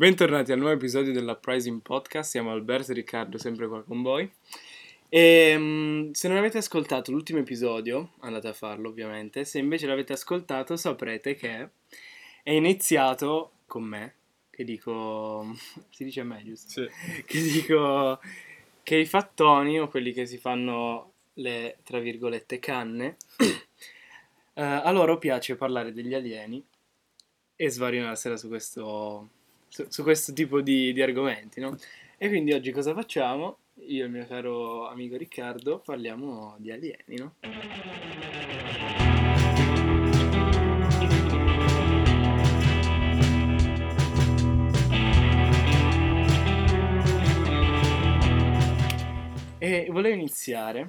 Bentornati al nuovo episodio dell'Uprising Podcast, siamo Alberto e Riccardo, sempre qua con voi. E se non avete ascoltato l'ultimo episodio, andate a farlo ovviamente. Se invece l'avete ascoltato saprete che è iniziato con me, che dico... si dice a me, giusto? Sì. Che dico che i fattoni, o quelli che si fanno le, tra virgolette, canne, a loro piace parlare degli alieni e svarionarsela su questo tipo di argomenti, no? E quindi oggi cosa facciamo? Io e il mio caro amico Riccardo parliamo di alieni, no? E volevo iniziare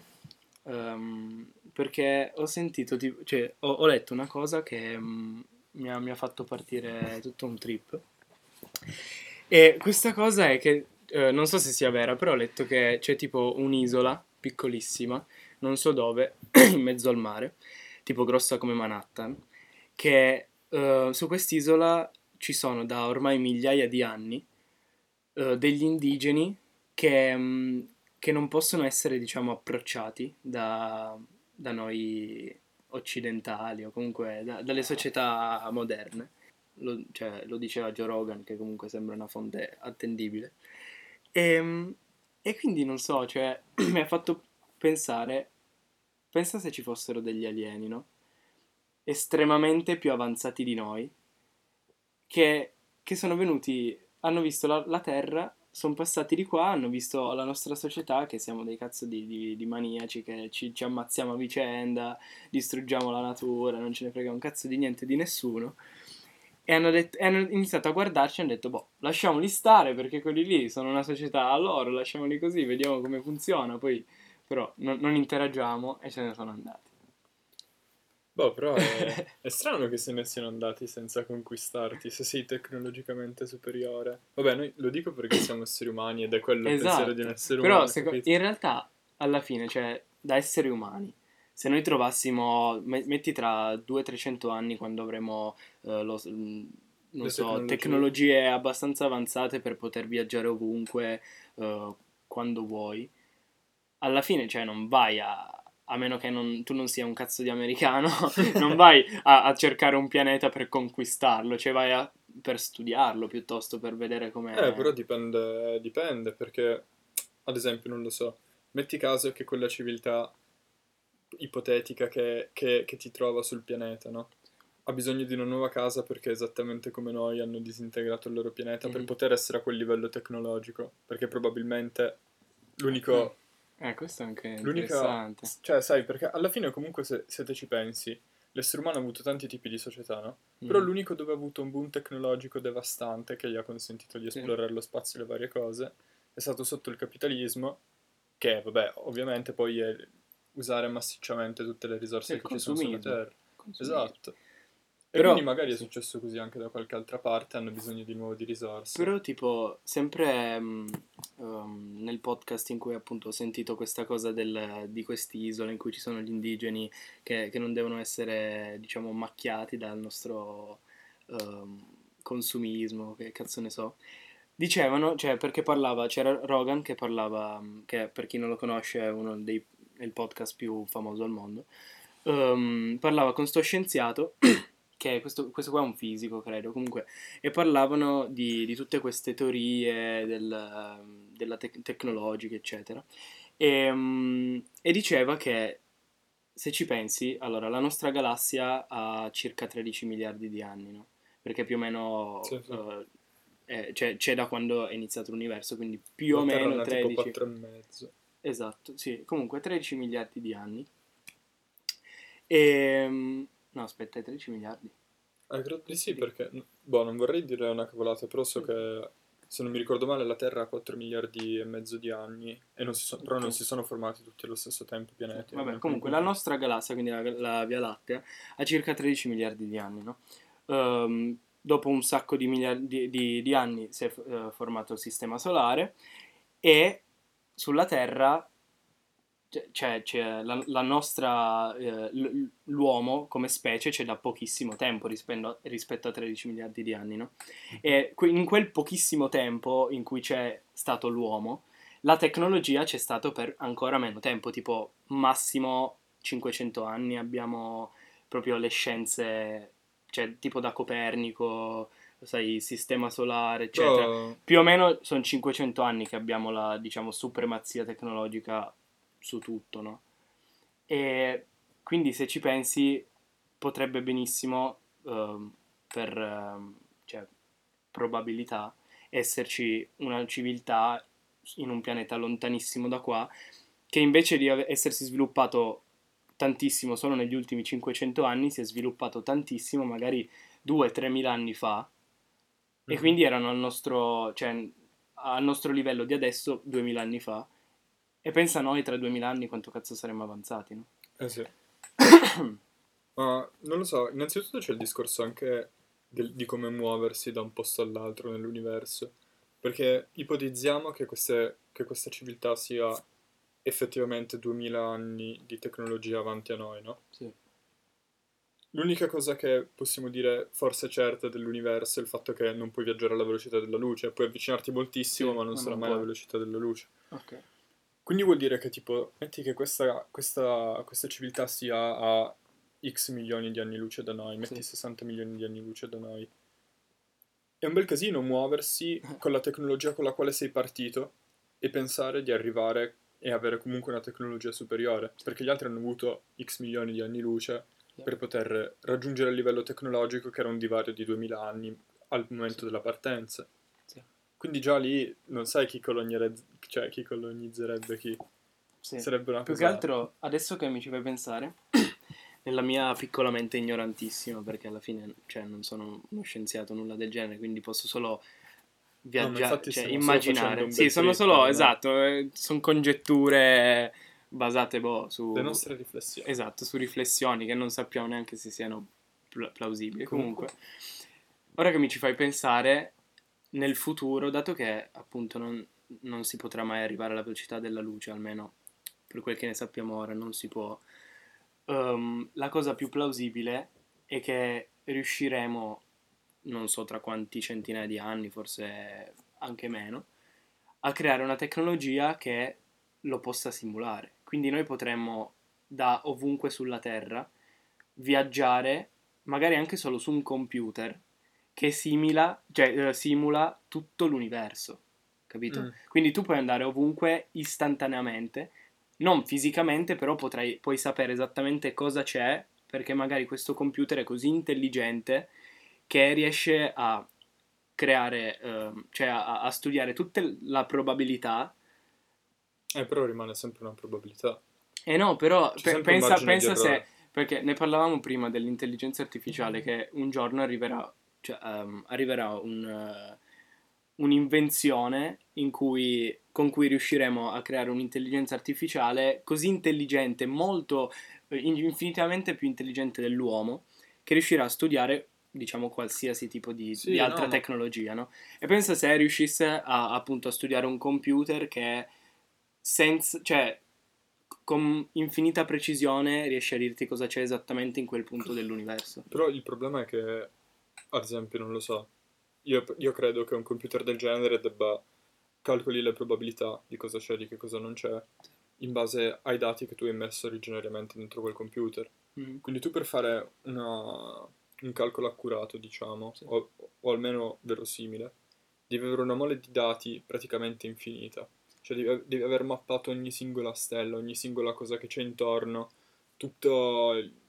perché ho sentito, cioè ho letto una cosa che mi ha fatto partire tutto un trip. E questa cosa è che, non so se sia vera, però ho letto che c'è tipo un'isola piccolissima, non so dove, in mezzo al mare, tipo grossa come Manhattan, che su quest'isola ci sono da ormai migliaia di anni degli indigeni che non possono essere, diciamo, approcciati da noi occidentali o comunque dalle società moderne. Lo diceva Joe Rogan, che comunque sembra una fonte attendibile. E, e quindi non so, cioè, mi ha fatto pensare, pensa se ci fossero degli alieni, no? Estremamente più avanzati di noi, che sono venuti, hanno visto la Terra, sono passati di qua, hanno visto la nostra società, che siamo dei cazzo di maniaci, che ci ammazziamo a vicenda, distruggiamo la natura, non ce ne frega un cazzo di niente di nessuno. E hanno iniziato a guardarci e hanno detto, boh, lasciamoli stare perché quelli lì sono una società a loro, lasciamoli così, vediamo come funziona, poi però non interagiamo e se ne sono andati. Boh, però è strano che se ne siano andati senza conquistarti, se sei tecnologicamente superiore. Vabbè, noi lo dico perché siamo esseri umani ed è quello il pensiero di un Esatto, essere però umano, capito? in realtà alla fine, cioè, da esseri umani, se noi trovassimo, metti tra 200-300 anni quando avremo, non Le so, tecnologie. tecnologie abbastanza avanzate per poter viaggiare ovunque, quando vuoi, alla fine, cioè, non vai a meno che tu non sia un cazzo di americano, non vai a cercare un pianeta per conquistarlo, cioè vai per studiarlo piuttosto, per vedere Però come... dipende, perché, ad esempio, non lo so, metti caso che quella civiltà ipotetica che ti trova sul pianeta, no? Ha bisogno di una nuova casa perché esattamente come noi hanno disintegrato il loro pianeta per Mhm. poter essere a quel livello tecnologico, perché probabilmente Mm. l'unico, Questo è anche l'unica, interessante. cioè sai, perché alla fine comunque se te ci pensi, l'essere umano ha avuto tanti tipi di società, no? Però Mhm. l'unico dove ha avuto un boom tecnologico devastante che gli ha consentito di Sì. esplorare lo spazio e le varie cose è stato sotto il capitalismo, che vabbè, ovviamente poi è usare massicciamente tutte le Sì, risorse il che ci sono sulla consumismo. Terra. Consumismo. Esatto. E quindi Però, magari è sì. successo così anche da qualche altra parte, hanno bisogno di nuovo di risorse. Però tipo, sempre nel podcast in cui appunto ho sentito questa cosa di queste isole in cui ci sono gli indigeni che non devono essere, diciamo, macchiati dal nostro ehm, consumismo, che cazzo ne so. Dicevano, cioè, perché c'era Rogan che parlava, che per chi non lo conosce è è il podcast più famoso al mondo, parlava con sto scienziato, che questo qua è un fisico, credo, comunque, e parlavano di tutte queste teorie della tecnologica, eccetera. E diceva che, se ci pensi, allora, la nostra galassia ha circa 13 miliardi di anni, no? Perché più o meno Sì, sì. c'è da quando è iniziato l'universo, quindi più o La Terra meno ne ha tipo 13. 4,5. Esatto, sì, comunque 13 miliardi di anni. No, aspetta, 13 miliardi. Credo di sì, Di- perché, boh, non vorrei dire una cavolata, però so che, se non mi ricordo male, la Terra ha 4 miliardi e mezzo di anni, e però non Ok. si sono formati tutti allo stesso tempo i Sì, pianeti, vabbè, almeno quelli comunque la conosciuti. nostra galassia, quindi la Via Lattea, ha circa 13 miliardi di anni, no? Dopo un sacco di miliardi di anni si è formato il sistema solare e sulla Terra c'è la nostra, l'uomo come specie c'è da pochissimo tempo rispetto a 13 miliardi di anni, no? E in quel pochissimo tempo in cui c'è stato l'uomo, la tecnologia c'è stato per ancora meno tempo, tipo massimo 500 anni abbiamo proprio le scienze, cioè tipo da Copernico, sai, sistema solare, eccetera. Però, Più o meno sono 500 anni che abbiamo la, diciamo, supremazia tecnologica su tutto, no? E quindi se ci pensi potrebbe benissimo, per cioè, probabilità, esserci una civiltà in un pianeta lontanissimo da qua che invece di essersi sviluppato tantissimo solo negli ultimi 500 anni si è sviluppato tantissimo magari 2-3 mila anni fa e mhm, quindi erano cioè, al nostro livello di adesso 2000 anni fa e pensa noi tra 2000 anni quanto cazzo saremmo avanzati, no? eh sì. Ma non lo so, innanzitutto c'è il discorso anche di come muoversi da un posto all'altro nell'universo, perché ipotizziamo che questa civiltà sia effettivamente 2000 anni di tecnologia avanti a noi, no? Sì, L'unica cosa che possiamo dire forse certa dell'universo è il fatto che non puoi viaggiare alla velocità della luce, puoi avvicinarti moltissimo, sì, ma non ma sarà non mai la puoi. velocità della luce. Ok. Quindi vuol dire che tipo, metti che questa civiltà sia a X milioni di anni luce da noi, metti Sì. 60 milioni di anni luce da noi. È un bel casino muoversi con la tecnologia con la quale sei partito e pensare di arrivare e avere comunque una tecnologia superiore, Sì, perché gli altri hanno avuto X milioni di anni luce sì, per poter raggiungere il livello tecnologico che era un divario di 2000 anni al momento sì, della partenza. sì, Quindi già lì non sai cioè chi colonizzerebbe chi. sì. Sarebbe una Più che cosa. altro, adesso che mi ci fai pensare, nella mia piccola mente ignorantissima, perché alla fine, cioè, non sono uno scienziato, nulla del genere, quindi posso solo No, ma viaggiare, infatti cioè stiamo solo facendo immaginare. un Sì, bel sono trip, solo, non è esatto, sono congetture basate boh, le su, nostre riflessioni. esatto, su riflessioni che non sappiamo neanche se siano plausibili. Comunque, Comunque, ora che mi ci fai pensare, nel futuro, dato che appunto non si potrà mai arrivare alla velocità della luce, almeno per quel che ne sappiamo ora, non si può. La cosa più plausibile è che riusciremo, non so tra quanti centinaia di anni, forse anche meno, a creare una tecnologia che lo possa simulare. Quindi noi potremmo da ovunque sulla Terra viaggiare, magari anche solo su un computer, che simula tutto l'universo, capito? mm, Quindi tu puoi andare ovunque istantaneamente, non fisicamente, però puoi sapere esattamente cosa c'è, perché magari questo computer è così intelligente che riesce a creare, cioè a studiare tutta la probabilità. però rimane sempre una probabilità. Eh no, però C'è sempre un pensa, margine di pensa se, errore. perché ne parlavamo prima dell'intelligenza artificiale, che un giorno arriverà, cioè, arriverà un'invenzione con cui riusciremo a creare un'intelligenza artificiale così intelligente, molto, infinitamente più intelligente dell'uomo, che riuscirà a studiare, diciamo, qualsiasi tipo di Sì, no, altra ma tecnologia, no? E pensa se riuscisse appunto a studiare un computer che senza, cioè, con infinita precisione riesce a dirti cosa c'è esattamente in quel punto dell'universo. però il problema è che, ad esempio, non lo so, io credo che un computer del genere debba calcoli le probabilità di cosa c'è e di che cosa non c'è in base ai dati che tu hai messo originariamente dentro quel computer. Mhm, Quindi tu per fare un calcolo accurato, diciamo, sì. o almeno verosimile, devi avere una mole di dati praticamente infinita. Cioè devi aver mappato ogni singola stella, ogni singola cosa che c'è intorno, tutto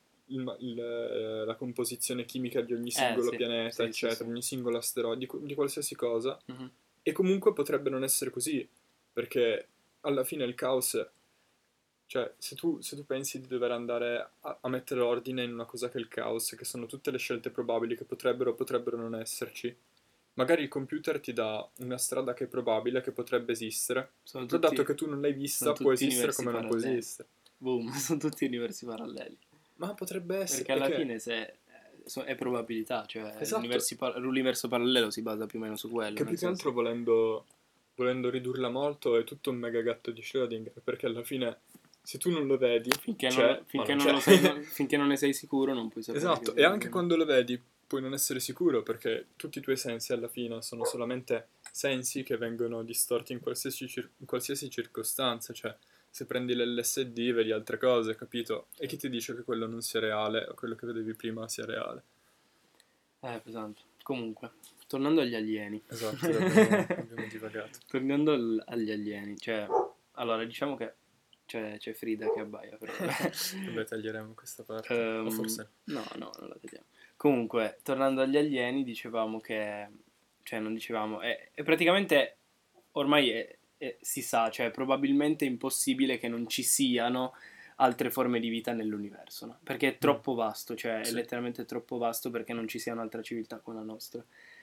la composizione chimica di ogni singolo Sì, pianeta, sì, sì, sì. eccetera, ogni singolo asteroide, di qualsiasi cosa. Mhm, E comunque potrebbe non essere così, perché alla fine il caos, cioè se tu pensi di dover andare a mettere ordine in una cosa che è il caos, che sono tutte le scelte probabili che potrebbero o potrebbero non esserci, magari il computer ti dà una strada che è probabile, che potrebbe esistere, Sono però dato tutti, che tu non l'hai sono vista, può tutti esistere universi come non può paralleli. esistere. Boom, sono tutti universi paralleli. Ma potrebbe essere, Perché è alla che, fine se è probabilità, cioè esatto, l'universo parallelo si basa più o meno su quello, che nel più che senso. altro volendo ridurla molto è tutto un mega gatto di Schrödinger, perché alla fine se tu non lo vedi, Finché c'è, ma non c'è. finché non ne sei sicuro non puoi sapere Esatto, che e anche esiste. quando lo vedi puoi non essere sicuro perché tutti i tuoi sensi alla fine sono solamente sensi che vengono distorti in qualsiasi circostanza, cioè se prendi l'LSD vedi altre cose, capito? E chi ti dice che quello non sia reale o quello che vedevi prima sia reale? Pesante. Comunque, tornando agli alieni. Esatto, abbiamo divagato. Tornando agli alieni, cioè, allora diciamo che c'è Frida che abbaia, però vabbè. Vabbè, taglieremo questa parte, o forse No, non la vediamo. Comunque, tornando agli alieni, dicevamo che, cioè non dicevamo, è praticamente, ormai si sa, cioè è probabilmente impossibile che non ci siano altre forme di vita nell'universo, no? Perché è no. troppo vasto, cioè è Sì. letteralmente troppo vasto perché non ci sia un'altra civiltà come la nostra.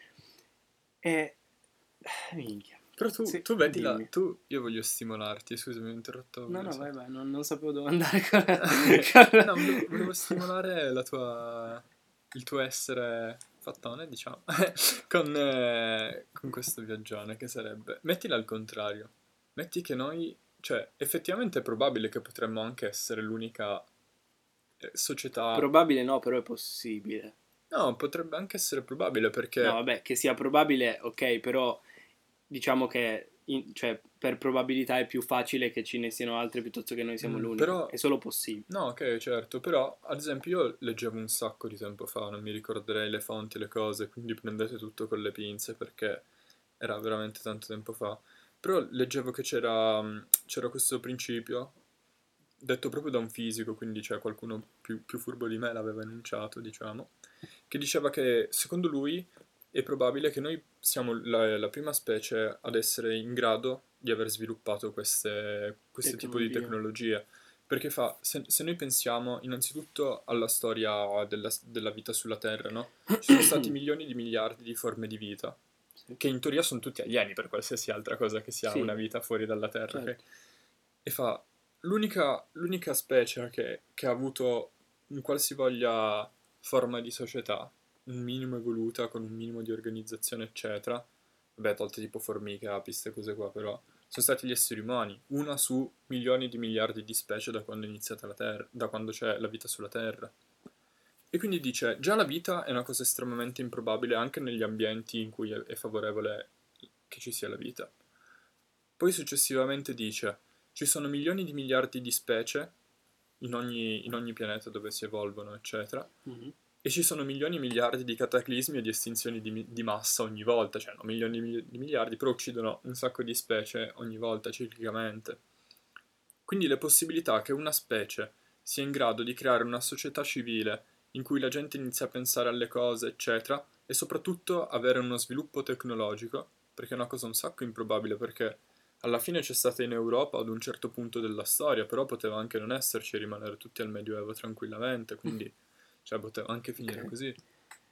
E... Minchia. Però tu, Sì, tu vedi dimmi. io voglio stimolarti, scusami, ho interrotto, No, lo so. vai, non sapevo dove andare con... No, volevo stimolare il tuo essere fattone, diciamo, con questo viaggione che sarebbe. Mettila al contrario. Metti che noi, cioè, effettivamente è probabile che potremmo anche essere l'unica società. Probabile no, però è possibile. No, potrebbe anche essere probabile No, perché. vabbè, che sia probabile, ok, però diciamo che cioè, per probabilità è più facile che ce ne siano altre piuttosto che noi siamo l'unico. Però. È solo possibile. No, ok, certo, però ad esempio io leggevo un sacco di tempo fa, non mi ricorderei le fonti e le cose, quindi prendete tutto con le pinze perché era veramente tanto tempo fa. Però leggevo che c'era questo principio, detto proprio da un fisico, quindi c'è qualcuno più furbo di me l'aveva enunciato, diciamo, che diceva che secondo lui è probabile che noi siamo la prima specie ad essere in grado di aver sviluppato questo tipo di Tecnologia. tecnologie. Perché se noi pensiamo innanzitutto alla storia della vita sulla Terra, no? Ci sono stati milioni di miliardi di forme di vita, Sì, che in teoria sono tutti alieni per qualsiasi altra cosa che sia una sì, vita fuori dalla Terra, ok? certo. E l'unica specie che ha avuto un qualsivoglia forma di società, un minimo evoluta, con un minimo di organizzazione, eccetera, vabbè, tolte tipo formiche, api, queste cose qua, però, sono stati gli esseri umani, una su milioni di miliardi di specie da quando è iniziata la Terra, da quando c'è la vita sulla Terra. E quindi dice, già la vita è una cosa estremamente improbabile anche negli ambienti in cui è favorevole che ci sia la vita. Poi successivamente dice, ci sono milioni di miliardi di specie in ogni pianeta dove si evolvono, eccetera, Mhm. e ci sono milioni e miliardi di cataclismi e di estinzioni di massa ogni volta, cioè no, milioni di miliardi, però uccidono un sacco di specie ogni volta, ciclicamente. Quindi le possibilità che una specie sia in grado di creare una società civile in cui la gente inizia a pensare alle cose, eccetera, e soprattutto avere uno sviluppo tecnologico, perché è una cosa un sacco improbabile, perché alla fine c'è stata in Europa ad un certo punto della storia, però poteva anche non esserci e rimanere tutti al Medioevo tranquillamente, quindi cioè, poteva anche finire Ok. così.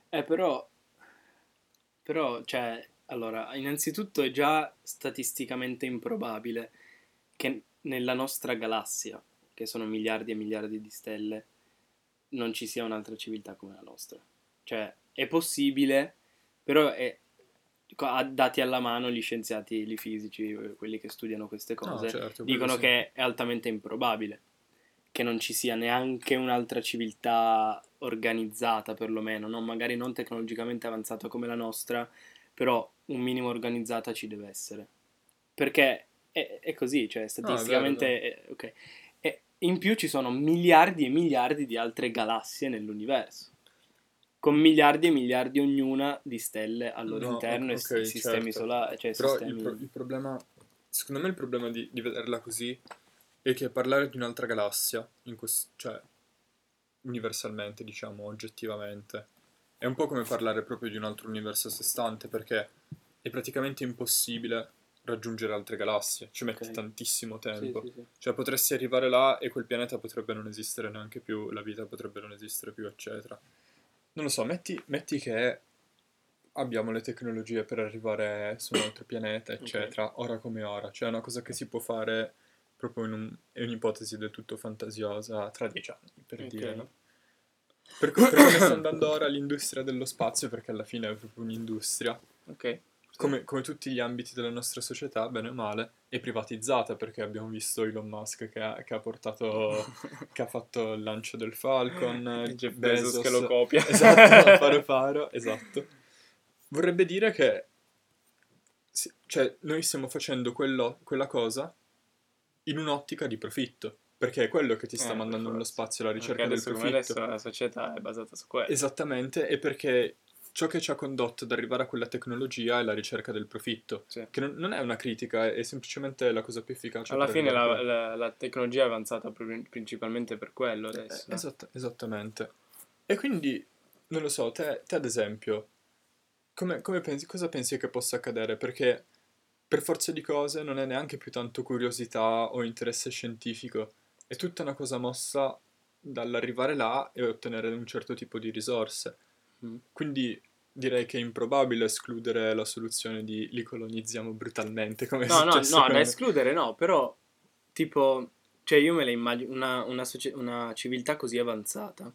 Però, cioè, allora, innanzitutto è già statisticamente improbabile che nella nostra galassia, che sono miliardi e miliardi di stelle, non ci sia un'altra civiltà come la nostra. Cioè, è possibile, però dati alla mano gli scienziati, i fisici, quelli che studiano queste No, cose, certo, quello dicono sì. che è altamente improbabile che non ci sia neanche un'altra civiltà organizzata, perlomeno, no? Magari non tecnologicamente avanzata come la nostra, però un minimo organizzata ci deve essere. Perché è così, cioè No, è vero, è vero. statisticamente ok. E in più ci sono miliardi e miliardi di altre galassie nell'universo, con miliardi e miliardi ognuna di stelle al loro No, interno e ok, sistemi certo. solari, cioè Però il sistemi... problema, secondo me il problema di vederla così è che parlare di un'altra galassia, cioè universalmente, diciamo, oggettivamente, è un po' come parlare proprio di un altro universo a sé stante, perché è praticamente impossibile raggiungere altre galassie, ci metti Ok, tantissimo sì, tempo. sì, sì. Cioè potresti arrivare là e quel pianeta potrebbe non esistere neanche più, la vita potrebbe non esistere più, eccetera. Non lo so, metti che abbiamo le tecnologie per arrivare su un altro pianeta, Ok. eccetera, ora come ora. Cioè è una cosa che si può fare proprio è un'ipotesi del tutto fantasiosa tra 10 anni, per Ok. dire, no? Per come sta andando ora l'industria dello spazio, perché alla fine è proprio un'industria, Ok. come tutti gli ambiti della nostra società, bene o male, è privatizzata perché abbiamo visto Elon Musk che ha fatto il lancio del Falcon, E Jeff Bezos che lo Bezos, copia. esatto, paro paro, esatto. Vorrebbe dire che, cioè, noi stiamo facendo quella cosa in un'ottica di profitto, perché è quello che ti sta Per mandando nello forza. spazio, la Perché ricerca del adesso come profitto. adesso la società è basata su quello. Esattamente, e perché ciò che ci ha condotto ad arrivare a quella tecnologia è la ricerca del profitto, Sì. che non è una critica, è semplicemente la cosa più efficace Alla per fine arrivare a quello. la tecnologia è avanzata principalmente per quello adesso. Esattamente. E quindi, non lo so, te ad esempio, come pensi, cosa pensi che possa accadere? Perché per forza di cose non è neanche più tanto curiosità o interesse scientifico, è tutta una cosa mossa dall'arrivare là e ottenere un certo tipo di risorse. Mm. Quindi direi che è improbabile escludere la soluzione di li colonizziamo brutalmente, come è No, no, successo no, da con... escludere no, però tipo, cioè io me la immagino, una civiltà così avanzata,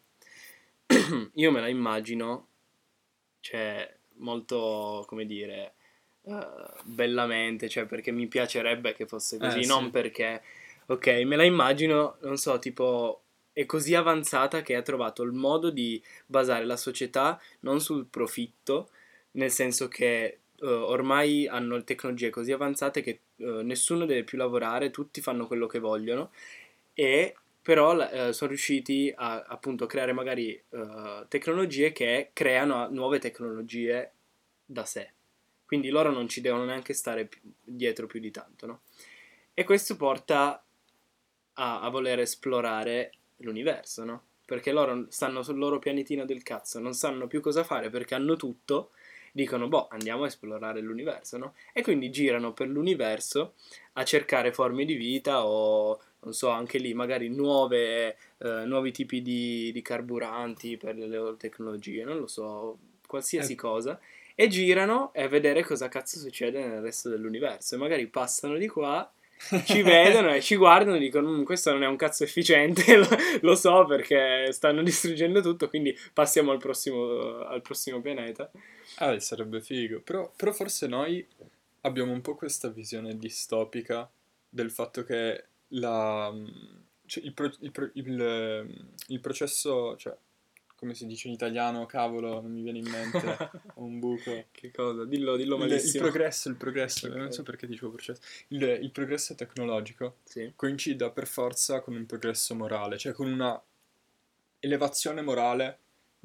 io me la immagino, cioè, molto, come dire, bellamente, cioè, perché mi piacerebbe che fosse così, non Sì. perché, ok, me la immagino, non so, tipo, è così avanzata che ha trovato il modo di basare la società non sul profitto, nel senso che ormai hanno tecnologie così avanzate che nessuno deve più lavorare, tutti fanno quello che vogliono e però sono riusciti a appunto creare magari tecnologie che creano nuove tecnologie da sé. Quindi loro non ci devono neanche stare dietro più di tanto, no? E questo porta a voler esplorare l'universo, no? Perché loro stanno sul loro pianetino del cazzo, non sanno più cosa fare perché hanno tutto, dicono, boh, andiamo a esplorare l'universo, no? E quindi girano per l'universo a cercare forme di vita o, non so, anche lì magari nuovi tipi di carburanti per le loro tecnologie, non lo so, qualsiasi Eh, cosa. E girano e a vedere cosa cazzo succede nel resto dell'universo. E magari passano di qua ci vedono e ci guardano e dicono questo non è un cazzo efficiente, lo so perché stanno distruggendo tutto, quindi passiamo al prossimo pianeta. sarebbe figo. Però forse noi abbiamo un po' questa visione distopica del fatto che cioè il processo, cioè, come si dice in italiano, cavolo, non mi viene in mente, ho un buco. Che cosa? Dillo Il malissimo. progresso, non so Ok. perché dicevo processo. Il progresso tecnologico Sì. coincida per forza con un progresso morale, cioè con una elevazione morale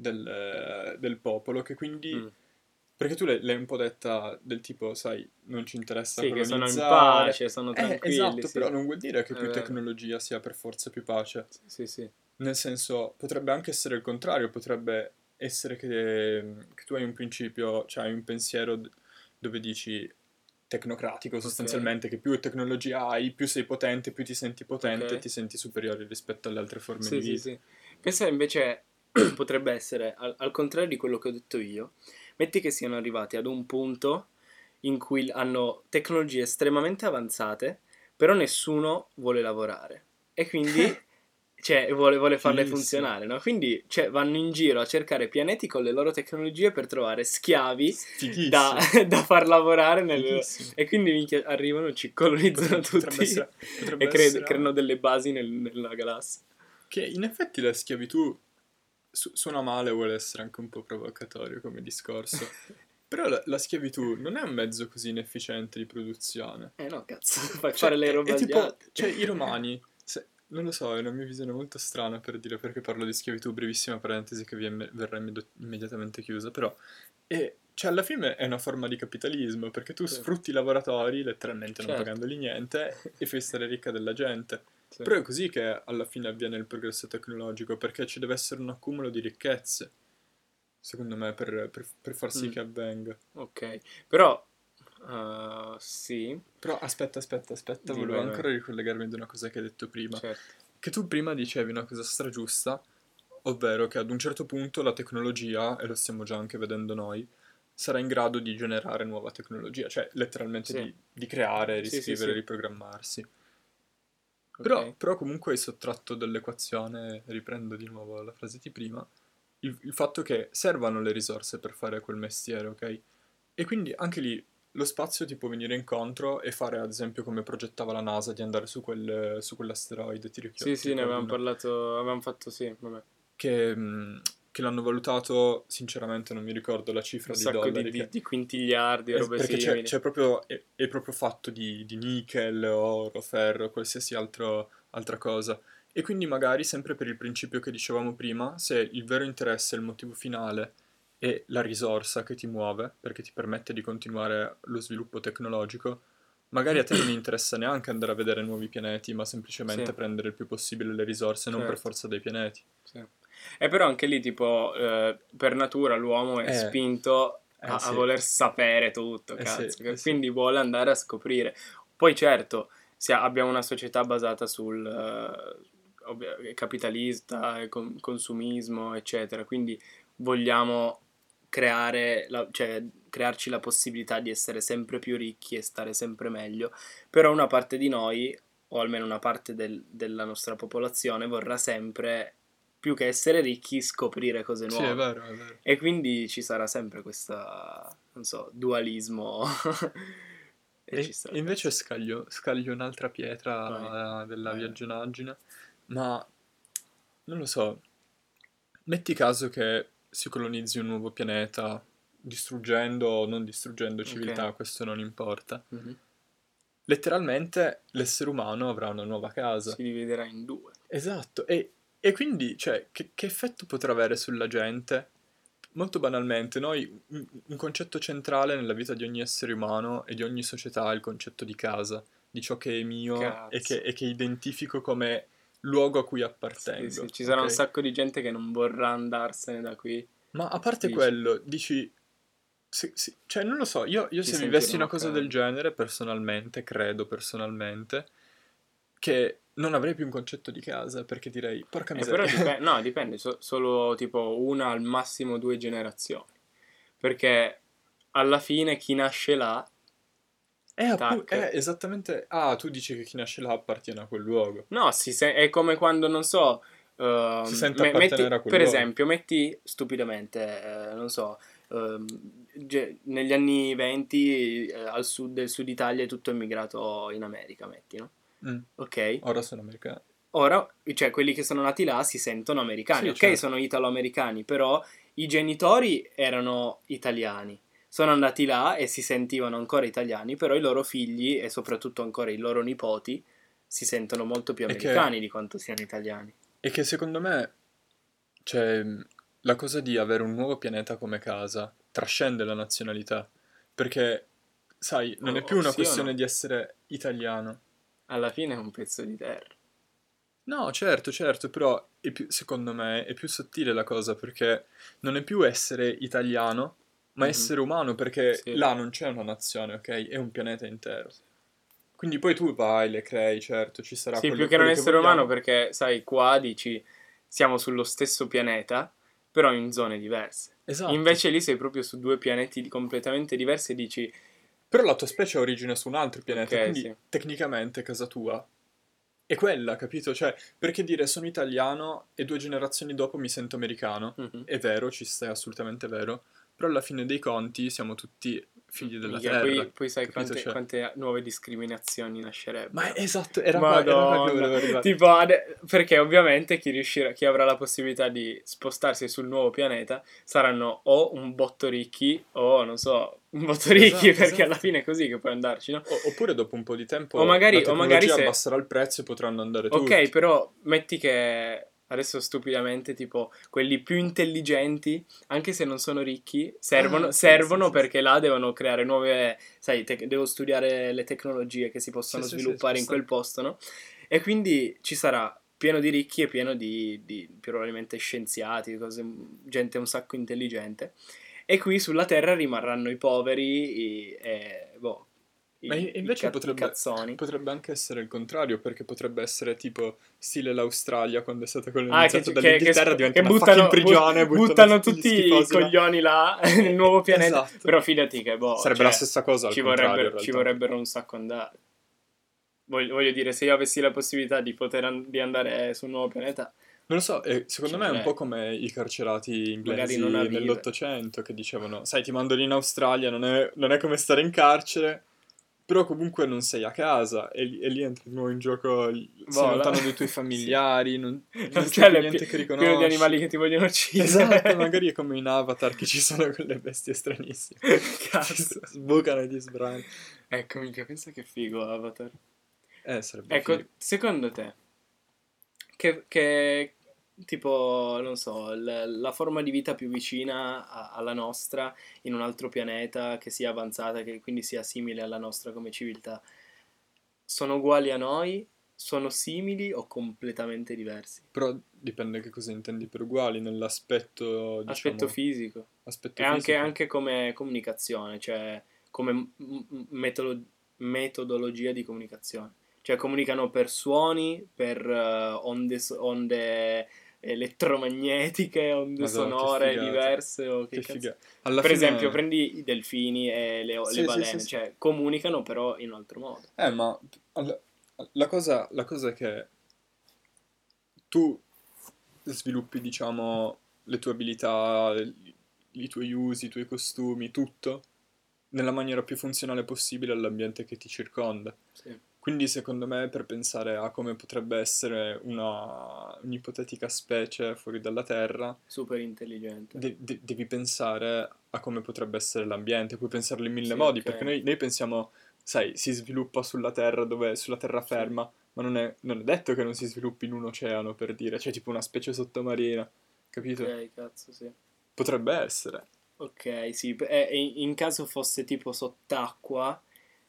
del popolo, che quindi... Mm. Perché tu l'hai un po' detta del tipo, sai, non ci interessa Sì, che sono in colonizzare. pace, sono tranquilli, Esatto, sì. però non vuol dire che È più vero. tecnologia sia per forza più pace. Sì, sì, sì. Nel senso, potrebbe anche essere il contrario, potrebbe essere che tu hai un principio, cioè hai un pensiero dove dici tecnocratico Ok, sostanzialmente, che più tecnologia hai, più sei potente, più ok. ti senti superiore rispetto alle altre forme di Sì, sì, vita. sì. Questa invece potrebbe essere, al contrario di quello che ho detto io, metti che siano arrivati ad un punto in cui hanno tecnologie estremamente avanzate, però nessuno vuole lavorare. E quindi, cioè, vuole farle Fighissimo, funzionare, no? Quindi, cioè, vanno in giro a cercare pianeti con le loro tecnologie per trovare schiavi da, fighissimo, da far lavorare fighissimo. e quindi minchia, arrivano, ci colonizzano Potrebbe tutti essere, e potrebbe essere creano delle basi nella galassia. che in effetti la schiavitù suona male, vuole essere anche un po' provocatorio come discorso, però la schiavitù non è un mezzo così inefficiente di produzione. Eh no, cazzo, fai fare Cioè, le è robe agli tipo, altri. cioè, i romani, non lo so, è una mia visione molto strana per dire perché parlo di schiavitù, brevissima parentesi che verrà immediatamente chiusa, però, cioè, alla fine è una forma di capitalismo, perché tu Sì, sfrutti i lavoratori, letteralmente non certo. pagandoli niente, e fai stare ricca della gente. Sì. Però è così che alla fine avviene il progresso tecnologico, perché ci deve essere un accumulo di ricchezze, secondo me, per far sì Mm, che avvenga. ok, però sì, Però aspetta, di volevo vai, vai. ancora ricollegarmi ad una cosa che hai detto prima. Certo. Che tu prima dicevi una cosa stragiusta, ovvero che ad un certo punto la tecnologia, e lo stiamo già anche vedendo noi, sarà in grado di generare nuova tecnologia, cioè letteralmente Sì, di creare, sì, sì, riscrivere, sì. riprogrammarsi. Però, Ok. però comunque hai sottratto dall'equazione, riprendo di nuovo la frase di prima, il fatto che servano le risorse per fare quel mestiere, ok? E quindi anche lì lo spazio ti può venire incontro e fare, ad esempio, come progettava la NASA, di andare su quell'asteroide, Sì, ti sì, ne ricordi, avevamo no? parlato, avevamo fatto, sì, vabbè, Che l'hanno valutato, sinceramente non mi ricordo la un cifra di sacco dollari, che di quintigliardi, robe perché simili. c'è proprio, è proprio fatto di nickel, oro, ferro, qualsiasi altra cosa. E quindi magari, sempre per il principio che dicevamo prima, se il vero interesse, il motivo finale è la risorsa che ti muove, perché ti permette di continuare lo sviluppo tecnologico, magari a te non interessa neanche andare a vedere nuovi pianeti, ma Sì, semplicemente prendere il più possibile le risorse, non per certo. forza dei pianeti. Sì. E però anche lì, tipo, per natura l'uomo è Eh, spinto a sì, voler sapere tutto, sì, cazzo, sì. quindi vuole andare a scoprire. Poi certo, abbiamo una società basata sul capitalista, e consumismo, eccetera, quindi vogliamo cioè, crearci la possibilità di essere sempre più ricchi e stare sempre meglio, però una parte di noi, o almeno una parte della nostra popolazione, vorrà sempre, più che essere ricchi, scoprire cose Sì, è nuove. vero, è vero. E quindi ci sarà sempre non so, dualismo. E ci sta, E invece cazzo. scaglio un'altra Vai, pietra della vai, vai. viaggianaggine, ma non lo so, metti caso che si colonizzi un nuovo pianeta, distruggendo o non distruggendo Ok. civiltà, questo non importa. Mhm. Letteralmente l'essere umano avrà una nuova casa. Si dividerà in due. Esatto, e quindi, cioè, che effetto potrà avere sulla gente? Molto banalmente, un concetto centrale nella vita di ogni essere umano e di ogni società è il concetto di casa, di ciò che è mio Cazzo. e che identifico come luogo a cui Sì, sì, appartengo, ci sarà un ok? sacco di gente che non vorrà andarsene da qui, Ma a parte dici. quello, dici, cioè non lo so, io Ci se vivessi sentiremo una a cosa del casa. genere, personalmente, credo personalmente, che non avrei più un concetto di casa, perché direi, porca Però miseria. dipende, no, dipende, solo tipo una al massimo due generazioni. Perché alla fine chi nasce là, tac. Esattamente. Ah, tu dici che chi nasce là appartiene a quel luogo. No, è come quando, non so, Si sente appartenere a quel per luogo. esempio, metti stupidamente, non so, negli anni 20 al sud del sud Italia è tutto emigrato in America, metti, no? Mm. Ok? Ora sono americano. Ora, cioè quelli che sono nati là si sentono americani, Sì, ok? certo. Sono italo-americani, però i genitori erano italiani. Sono andati là e si sentivano ancora italiani, però i loro figli e soprattutto ancora i loro nipoti si sentono molto più E che, americani di quanto siano italiani. e che secondo me, cioè, la cosa di avere un nuovo pianeta come casa trascende la nazionalità. Perché, sai, non è più una Sì o questione no? di essere italiano. Alla fine è un pezzo di terra. No, certo, certo, però secondo me è più sottile la cosa perché non è più essere italiano, ma Mhm. essere umano perché Sì. là non c'è una nazione, ok? È un pianeta intero. Quindi poi tu vai, le crei, certo, ci sarà Sì, più che non quello che essere umano vogliamo. perché, sai, qua dici siamo sullo stesso pianeta, però in zone diverse. Esatto. Invece lì sei proprio su due pianeti completamente diversi e dici, Però la tua specie ha origine su un altro pianeta, ok, quindi sì. tecnicamente casa tua è quella, capito? Cioè, perché dire sono italiano e 2 generazioni dopo mi sento americano? Mhm. È vero, ci stai assolutamente vero, però alla fine dei conti siamo tutti figli della Mica, terra, poi sai capito? Cioè, quante nuove discriminazioni ma nascerebbero. esatto, era qua che Madonna, volevo arrivare. tipo, perché ovviamente chi avrà la possibilità di spostarsi sul nuovo pianeta saranno o un botto ricchi o, non so, un botto ricchi perché alla Esatto. fine è così che puoi andarci, no? Oppure dopo un po' di O tempo magari, la o magari tecnologia se, abbasserà il prezzo e potranno andare ok, tutti. però metti che adesso stupidamente, tipo, quelli più intelligenti, anche se non sono ricchi, Ah, sì, sì, servono sì, sì. perché là devono creare nuove, sai, devo studiare le tecnologie che si Sì, possono sì, sì, ci sviluppare in sta. quel posto, no? E quindi ci sarà pieno di ricchi e pieno di probabilmente scienziati, gente un sacco intelligente. E qui sulla Terra rimarranno i poveri boh, Ma invece i cazzoni. potrebbe anche essere il contrario, perché potrebbe essere tipo stile l'Australia quando è stata Ah, colonizzata dall'Inghilterra, diventa che una fucking prigione, buttano buttano tutti gli tutti i schifosi là. coglioni là nel nuovo pianeta. Esatto. Però fidati che, boh, Sarebbe la cioè, stessa cosa al contrario in ci realtà. vorrebbero un sacco andare. Voglio dire, se io avessi la possibilità di andare su un nuovo pianeta, Non lo so, secondo me è un po' Cioè, come i carcerati magari inglesi non a vive. nell'Ottocento che dicevano, sai, ti mandano in Australia, non è come stare in carcere, però comunque non sei a casa e lì entra di nuovo in gioco, sei Boh, lontano dai tuoi sì. familiari, non Non c'è c'è più niente che pieno di animali riconosci. che ti vogliono Esatto, uccidere. magari è come in Avatar che ci sono quelle bestie stranissime che ti Cazzo. sbucano e ti sbrani. Ecco, mica, pensa che figo Avatar. Sarebbe figo. Ecco, secondo te, che tipo, non so, la forma di vita più vicina alla nostra in un altro pianeta che sia avanzata, che quindi sia simile alla nostra come civiltà, sono uguali a noi? Sono simili o completamente diversi? Però dipende che cosa intendi per uguali, nell'aspetto, Aspetto diciamo, fisico e aspetto anche, fisico. anche come comunicazione, cioè come metodologia di comunicazione. Cioè comunicano per suoni, per onde elettromagnetiche, onde Madò, che sonore figata. diverse o che Che cazzo. figata. Alla Per esempio, fine... prendi i delfini e le Sì, sì, sì, balene, sì. cioè comunicano però in un altro modo. Ma alla- la cosa è che tu sviluppi, diciamo, le tue abilità, i tuoi usi, i tuoi costumi, tutto nella maniera più funzionale possibile all'ambiente che ti circonda. Sì, Quindi, secondo me, per pensare a come potrebbe essere un'ipotetica specie fuori dalla Terra, super intelligente. devi pensare a come potrebbe essere l'ambiente, puoi pensarlo in mille Sì, modi, perché ok. noi pensiamo, sai, si sviluppa sulla Terra, sulla Sì, terraferma, ma non è detto che non si sviluppi in un oceano, per dire, cioè tipo una specie sottomarina, capito? ok, cazzo, sì. Potrebbe essere. Ok, sì, e in caso fosse tipo sott'acqua,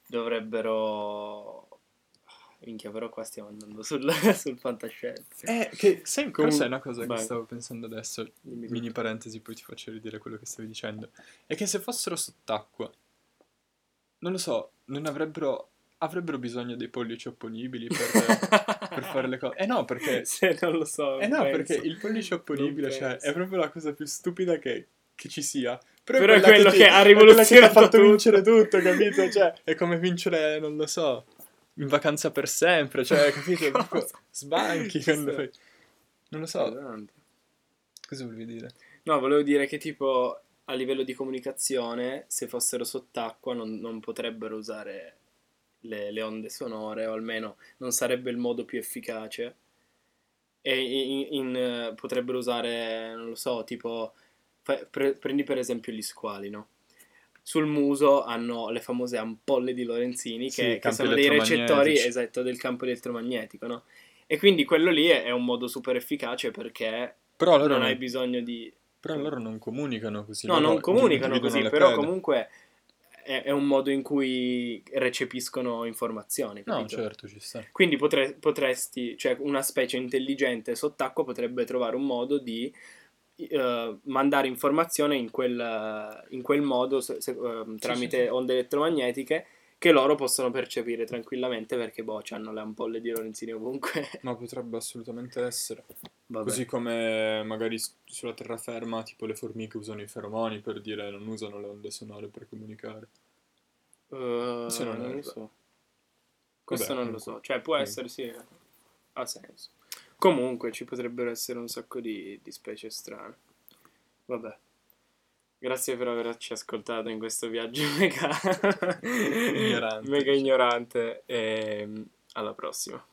dovrebbero... Minchia, però qua stiamo andando sul fantascienza. Però sai Comunque, una cosa che vai, stavo pensando adesso, dimmi mini tutto. parentesi, poi ti faccio ridire quello che stavi dicendo, è che se fossero sott'acqua, non lo so, non avrebbero bisogno dei pollici opponibili per fare le cose. No, perché Se non lo so, Eh non no, perché penso. il pollice Non opponibile, cioè, è penso. proprio la cosa più stupida che ci sia. Però Però è quello che ha è quella che ti ha rivoluzionato fatto tutto. vincere tutto, capito? Cioè, è come vincere, non lo so, in vacanza per sempre, cioè, capito? È proprio Cosa? sbanchi Ci quando sta. fai... Non lo so, Pesante. cosa volevi dire? No, volevo dire che tipo a livello di comunicazione, se fossero sott'acqua non potrebbero usare le onde sonore, o almeno non sarebbe il modo più efficace. E potrebbero usare, non lo so, tipo, prendi per esempio gli squali, no? Sul muso hanno le famose ampolle di Lorenzini Sì, che campi sono dei recettori, elettromagnetici. esatto, del campo elettromagnetico, no? E quindi quello lì è un modo super efficace perché Però loro non hai non, bisogno di... però loro non comunicano così, No, non loro comunicano dividono così, le però prede. comunque è un modo in cui recepiscono informazioni, No, capito? certo, ci sta. Quindi potresti, cioè una specie intelligente sott'acqua potrebbe trovare un modo di mandare informazione in quel modo Sì, sì, sì. tramite onde elettromagnetiche che loro possono percepire tranquillamente perché boh, hanno le ampolle di Lorenzini ovunque. Ma potrebbe assolutamente essere. Vabbè. Così come magari sulla terraferma, tipo le formiche usano i feromoni per dire non usano le onde sonore per comunicare. Se non Non lo erro. so. Questo Vabbè, non lo comunque. so. Cioè, può Comunque. essere sì, ha senso. Comunque ci potrebbero essere un sacco di specie strane. Vabbè. Grazie per averci ascoltato in questo viaggio mega, Ignorante, mega diciamo. ignorante e alla prossima.